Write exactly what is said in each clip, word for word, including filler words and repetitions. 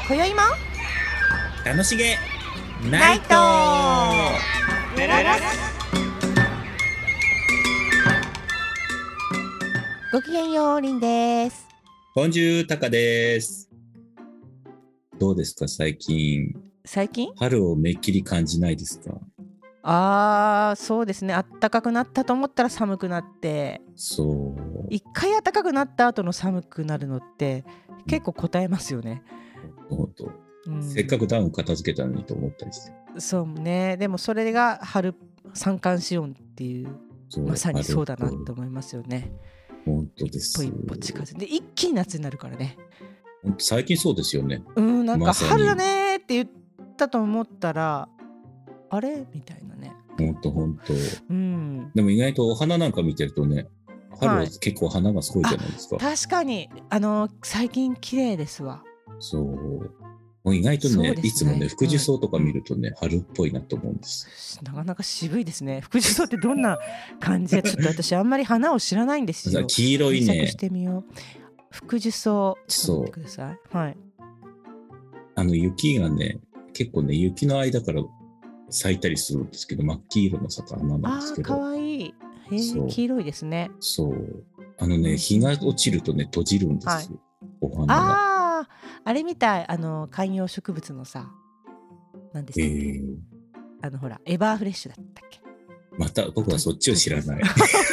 今宵も楽しげナイトナイトごきげんよう、りんです。 ボンジュータカです。どうですか最近。 最近春をめっきり感じないですか？ あーそうですね、暖かくなったと思ったら寒くなって、 そう一回暖かくなった後の寒くなるのって結構答えますよね。 本当、 うん、 せっかくダウン片付けたのにと思ったりして。 そうね。でもそれが春三寒四温っていう、 そうまさにそうだなと思いますよね。 本当です。 一歩一歩近づいて一気に夏になるからね。 本当最近そうですよね。 うんなんかまさに春だねって言ったと思ったらあれみたいなね。 本当本当。 うん。 でも意外とお花なんか見てるとね、春ははい結構花がすごいじゃないですか。 確かにあの最近綺麗ですわ。 そう。もう意外とね、 そうですねいつもね、福寿草とか見るとね、春っぽいなと思うんです。 なかなか渋いですね。福寿草ってどんな感じでちょっと私あんまり花を知らないんですよ。 黄色いね検索してみよう。福寿草ちょっと待ってください。はい。 あの雪がね、結構ね、雪の間から咲いたりするんですけど、真っ黄色の花なんであーかすけど、 わいい。へそうー黄色いですね。 そうあのね、日が落ちるとね、閉じるんですよ、 はいお花が。 あああれみたい。あの観葉植物のさ、何でしえたっけ、 ー、 あのほらエバーフレッシュだったっけ。 また僕はそっちを知らない。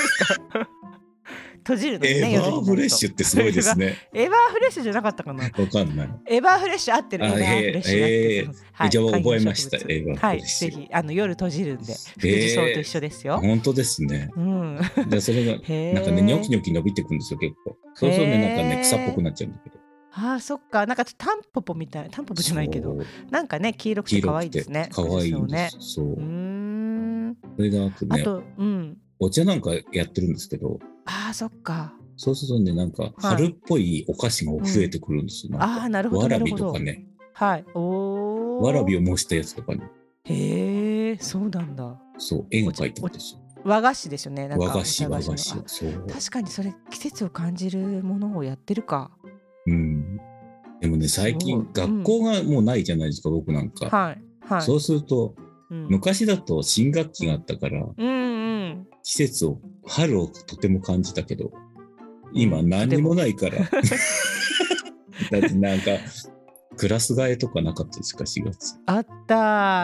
閉じるのね。 エバーフレッシュってすごいですね。 エバーフレッシュじゃなかったかな。 わかんない。 エバーフレッシュ合ってる。エあバーフレッシュ合ってる。 へーじゃあ覚えました観葉植物エバーフはい、 レッシュぜひあの夜閉じるんで、福寿草と一緒ですよ。 本当ですね。 うん。 でそれがへーなんかね、ニョキニョキ伸びてくるんですよ、結構。そうするとね、なんかね、草っぽくなっちゃうんだけど。 ああそっか。なんかタンポポみたいな、タンポポじゃないけど、なんかね黄色くて可愛いですね。 可愛いんでね。 す。そう。 うーん。 それがあとね、 あと、うん。 お茶なんかやってるんですけど、 ああそっか。 そうするとね、なんか春っぽいお菓子が増えてくるんですよ。 うん、ああなるほどわらびとかね。 はい。おお。 わらびを模したやつとかね。 へえ、そうなんだ。 そう、絵が描いてあるんですよ。 和菓子ですよね。なんか和菓子、 お茶和菓子。 のそう。 確かにそれ季節を感じるものをやってるか。 うん。でもね、最近学校がもうないじゃないですか、僕なんか。 はいはい。 そうすると、 うん、 昔だと新学期があったから、 うんうん、 季節を、春をとても感じたけど、今何にもないから。だってなんか、クラス替えとかなかったですか、しがつ。 あった。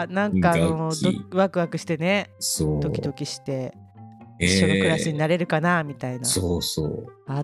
なんかあの学期ワクワクしてね、 そうドキドキして、 えー一緒のクラスになれるかなみたいな。 そうそう。 あった。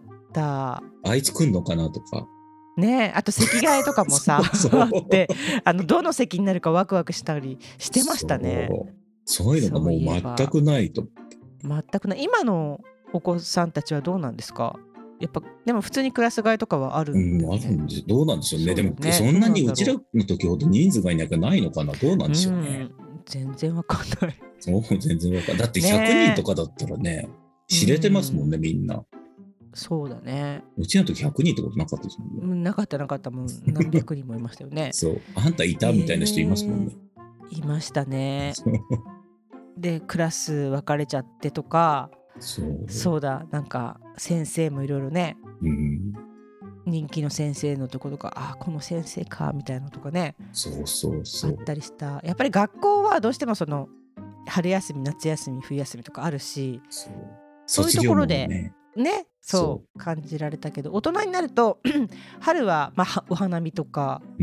あいつ来んのかなとか。 ねえ、あと席替えとかもさそうそうあって、あのどの席になるかワクワクしたりしてましたね。 そうそういうのがもう全くないと。 全くない。今のお子さんたちはどうなんですか？やっぱでも普通にクラス替えとかはあるんだよね。 うん、あるんです。どうなんでしょうね。 そうだよね。 でもそんなにどうなんだろううちらの時ほど人数がいなきゃないのかな。どうなんでしょうね。 うん、全然わかんない。 そう全然わかんない。だってひゃくにんとかだったらね、知れてますもんね、みんな。 そうだね。 うちの時ひゃくにんってことなかったですもんね。 うん、なかったなかった。もう何百人もいましたよね。 そう。あんたいたみたいな人いますもんね。 いましたね。 そうでクラス分かれちゃってとか、 そうそうだ、なんか先生もいろいろね、 うん、 人気の先生のところとか、あこの先生かみたいなのとかね、 そうそうそう。 あったりした。やっぱり学校はどうしてもその春休み夏休み冬休みとかあるし、 そうそういうところでね、 ね、そうそう感じられたけど、大人になると春はまあお花見とか、 うん、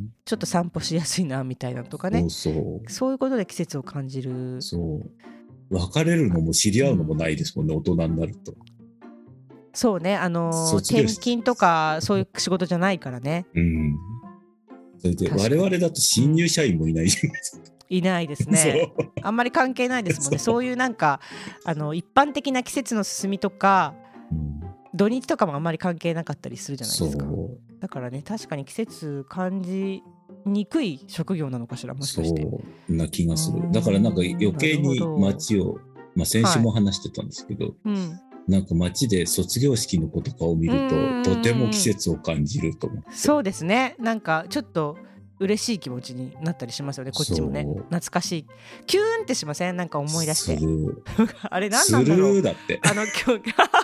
ちょっと散歩しやすいなみたいなのとかね、 そうそうそういうことで季節を感じる。 そう別れるのも知り合うのもないですもんね、うん、大人になると。 そうね、あのー、転勤とかそういう仕事じゃないからね。 うん。それで我々だと新入社員もいないじゃないですか。 いないですね。あんまり関係ないですもんね。そう、そういうなんかあの一般的な季節の進みとか、うん、土日とかもあんまり関係なかったりするじゃないですか。だからね、確かに季節感じにくい職業なのかしら、もしかして。 そうな気がする。だからなんか余計に街を、まあ、先週も話してたんですけど、はい、うん、なんか街で卒業式の子とかを見るととても季節を感じると思って。 そうですね。なんかちょっと嬉しい気持ちになったりしますよね、こっちもね。懐かしい。キューンってしません？なんか思い出して。あれ何なんだろう。 するだって。 あの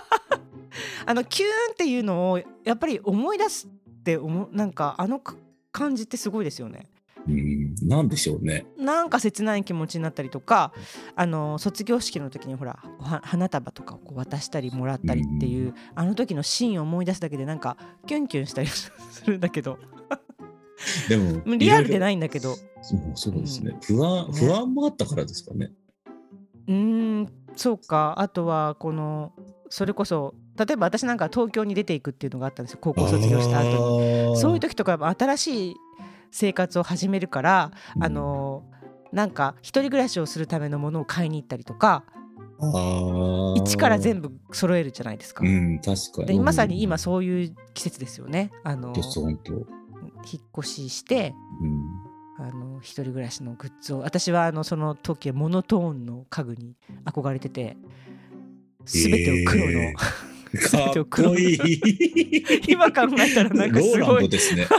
あのキューンっていうのをやっぱり思い出すって思う。なんかあの感じってすごいですよね。 うん、なんでしょうね。 なんか切ない気持ちになったりとか、あの卒業式の時にほら花束とかをこう渡したりもらったりっていう、うん、あの時のシーンを思い出すだけでなんかキュンキュンしたりするんだけどでもリアルでないんだけど、 そうそうですね、うん、不安不安もあったからですかね。 うーん、そうか。あとはこのそれこそ例えば私なんか東京に出ていくっていうのがあったんですよ、高校卒業した後に。そういう時とか新しい生活を始めるから、うん、あのなんか一人暮らしをするためのものを買いに行ったりとか、 あ一から全部揃えるじゃないですか。 うん、確かに。 でまさに今そういう季節ですよね。あの本当引っ越しして、うん、あの一人暮らしのグッズを、私はあのその時モノトーンの家具に憧れてて、全てを黒の、えー、かっこいい今考えたらなんかすごいローランドですね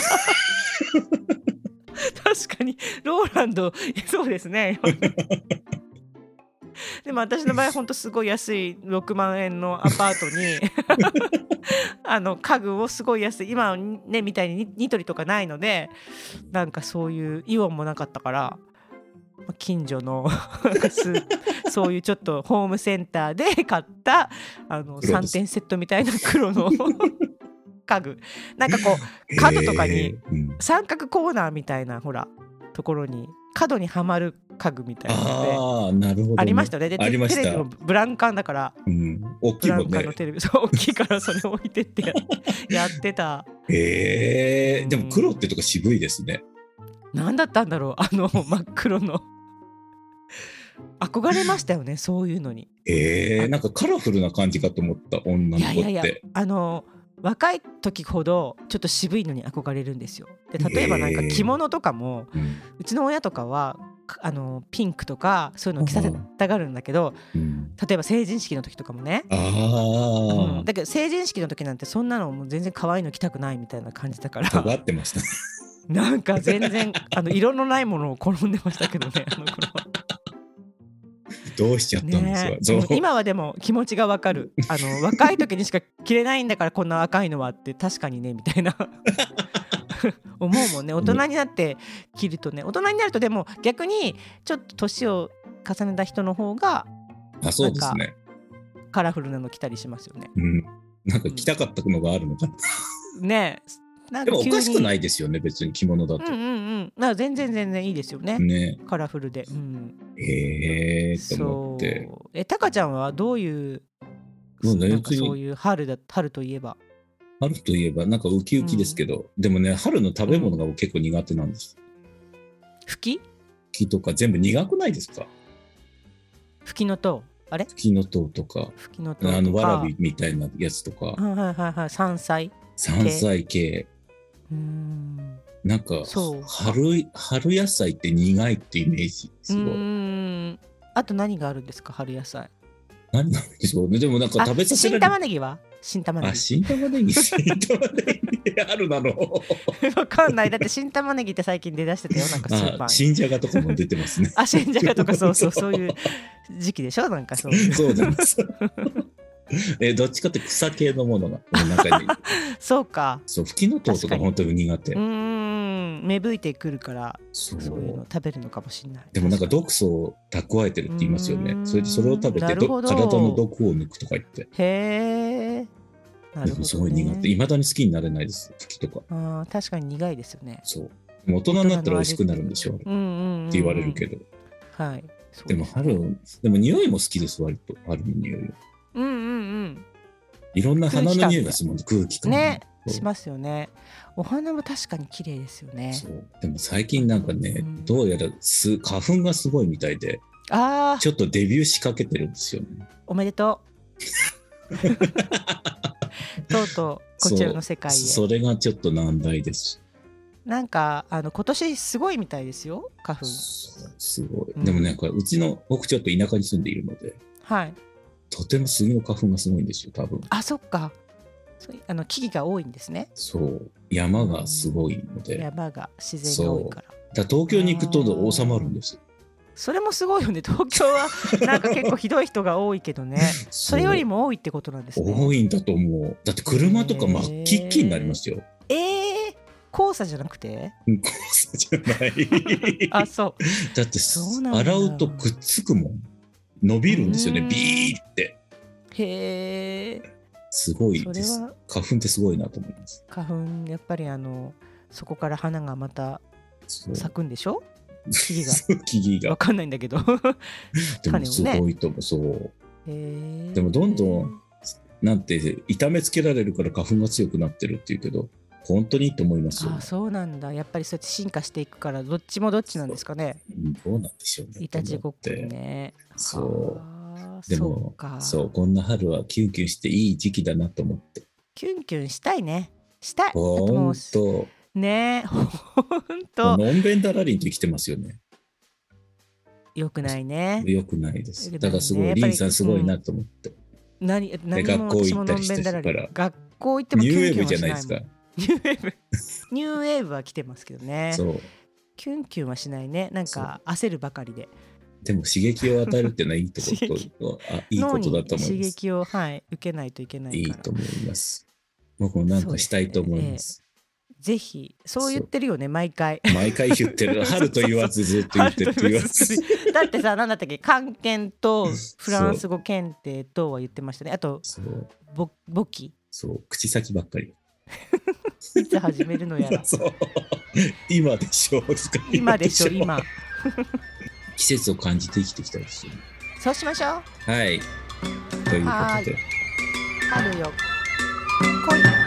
確かにローランド、そうですねでも私の場合ほんとすごい安いろくまんえんのアパートにあの家具をすごい安い、今ねみたいにニトリとかないので、なんかそういうイオンもなかったから近所のそういうちょっとホームセンターで買ったあのさんてんセットみたいな黒の家具、なんかこう角とかに三角コーナーみたいなほらところに角にはまる家具みたいなので、あ、なるほどね、ありましたね。でテレビもブランカンだから、 うん、大きいもんね、 ブランカンのテレビ、そう大きいからそれ置いてってや, やってた。 へえー、でも黒ってとか渋いですね。 何だったんだろう、あの真っ黒の憧れましたよね、そういうのに。 えー、なんかカラフルな感じかと思った女の子って。いやいやいや、 あの若い時ほどちょっと渋いのに憧れるんですよ。で例えばなんか着物とかも、えーうん、うちの親とかはあのピンクとかそういうのを着させたがるんだけど、うん、例えば成人式の時とかもね、あ、うん、だけど成人式の時なんてそんなのもう全然可愛いの着たくないみたいな感じだから、 尖ってましたなんか全然あの色のないものを好んでましたけどね、あの頃は。 どうしちゃったんですか、 ね、今はでも気持ちがわかる。あの若い時にしか着れないんだからこんな赤いのはって確かにねみたいな思うもんね。大人になって着るとね、大人になるとでも逆にちょっと年を重ねた人の方があ、そうですね、 カラフルなの着たりしますよね、 うん、なんか着たかったのがあるのかな、 うん、ねえ、 でもおかしくないですよね、別に着物だと。 うんうんうん、なんか全然全然いいですよ ね, ねカラフルで、うん、 へえーと思って。 え、タカちゃんはどういう、なんかそういう春だ、春といえば春といえばなんかウキウキですけど、うん、でもね春の食べ物が結構苦手なんです、うん、 ふきふきとか全部苦くないですか。 ふきのとう、あれふきのとうとか、 ふきのとうとか、 あのわらびみたいなやつとか、 はいはいはいはい、山菜山菜系、うーん、なんか春、春野菜って苦いってイメージすごい。うーん、あと何があるんですか、春野菜。 何なんでしょうね。でもなんか食べさせられる。 新玉ねぎは新玉ねぎ。 あ、新玉ねぎ新玉ねぎあるなのわかんない。だって新玉ねぎって最近出だしてたよ、なんかスーパーに。 新じゃがとかも出てますね。 あ、新じゃがとかそうそうそういう時期でしょ、なんかそういう。 そうなんですえどっちかって草系のものが中にそうか。 そう、ふきのとうとか本当に苦手。 うーん、芽吹いてくるからそう、そういうの食べるのかもしれない。 でもなんか毒素を蓄えてるって言いますよね。それでそれを食べて体の毒を抜くとか言って。 へえ。なるほど、ね、 すごい苦手。いまだに好きになれないです、ふきとか。 あ、確かに苦いですよね。 そう。でも大人になったら美味しくなるんでしょう、って言われるけど。 はい。 でも春、でも匂いも好きです、割と。春の匂いは。 うんうんうん。 いろんな花の匂いがするもんね、空気感ね、しますよね。お花も確かに綺麗ですよね。 そうでも最近なんかね、うん、どうやらす花粉がすごいみたいで、あ、ちょっとデビューしかけてるんですよね。 おめでとうとうとうこちらの世界へ。 そ, それがちょっと難題です。 なんかあの今年すごいみたいですよ、花粉。 すごい、うん、でもね、これうちの僕ちょっと田舎に住んでいるので、 はい、 とても杉の花粉がすごいんですよ、多分。 あ、そっか、あの木々が多いんですね。 そう、山がすごいので、 うん、山が自然が多いから。 だから東京に行くと収まるんです。 それもすごいよね。東京はなんか結構ひどい人が多いけどねそれよりも多いってことなんですね。 多いんだと思う。だって車とか真っ黄っきになりますよ。 えー、 黄砂じゃなくて？ 黄砂じゃないあ、そうだって洗うとくっつくもん、伸びるんですよね、ビーって。 へえ、 すごいです。花粉ってすごいなと思います。 花粉やっぱりあのそこから花がまた咲くんでしょ、木々が木々がわかんないんだけどでもすごいと思う、そう。へでもどんどんなんて痛めつけられるから花粉が強くなってるっていうけど、本当にいいと思いますよ、ね。 あ、そうなんだ。やっぱりそうやって進化していくからどっちもどっちなんですかね。 どうなんでしょうね。 いたちごっこね。 そう。でもそう、こんな春はキュンキュンしていい時期だなと思って。 キュンキュンしたいね。したい。 本当ね、本当。 のんべんだらりんと生きてますよね。 よくないね。 よくないです。だからすごい、リンさんすごいなと思って。 うん、何何も学校行ったりしたから。 学校行ってもキュンキュンはしないもん。 ニューウェーブじゃないですか。 ニューウェーブニューウェーブは来てますけどね。 そうキュンキュンはしないね。なんか焦るばかりで。 でも刺激を与えるっていうのはいいとことあいいことだと思います。 刺激を、はい、受けないといけないから。 いいと思います。僕もなんかしたいと思います。 ぜひそう言ってるよね、毎回毎回言ってる。春と言わずずっと言ってると言わずだってさ、何だったっけ、漢検とフランス語検定とは言ってましたね。あと簿記、 そう口先ばっかりいつ始めるのやらそう今でしょ今でしょ今季節を感じて生きてきたんですよ。 そうしましょう。 はい、ということで春よ来い。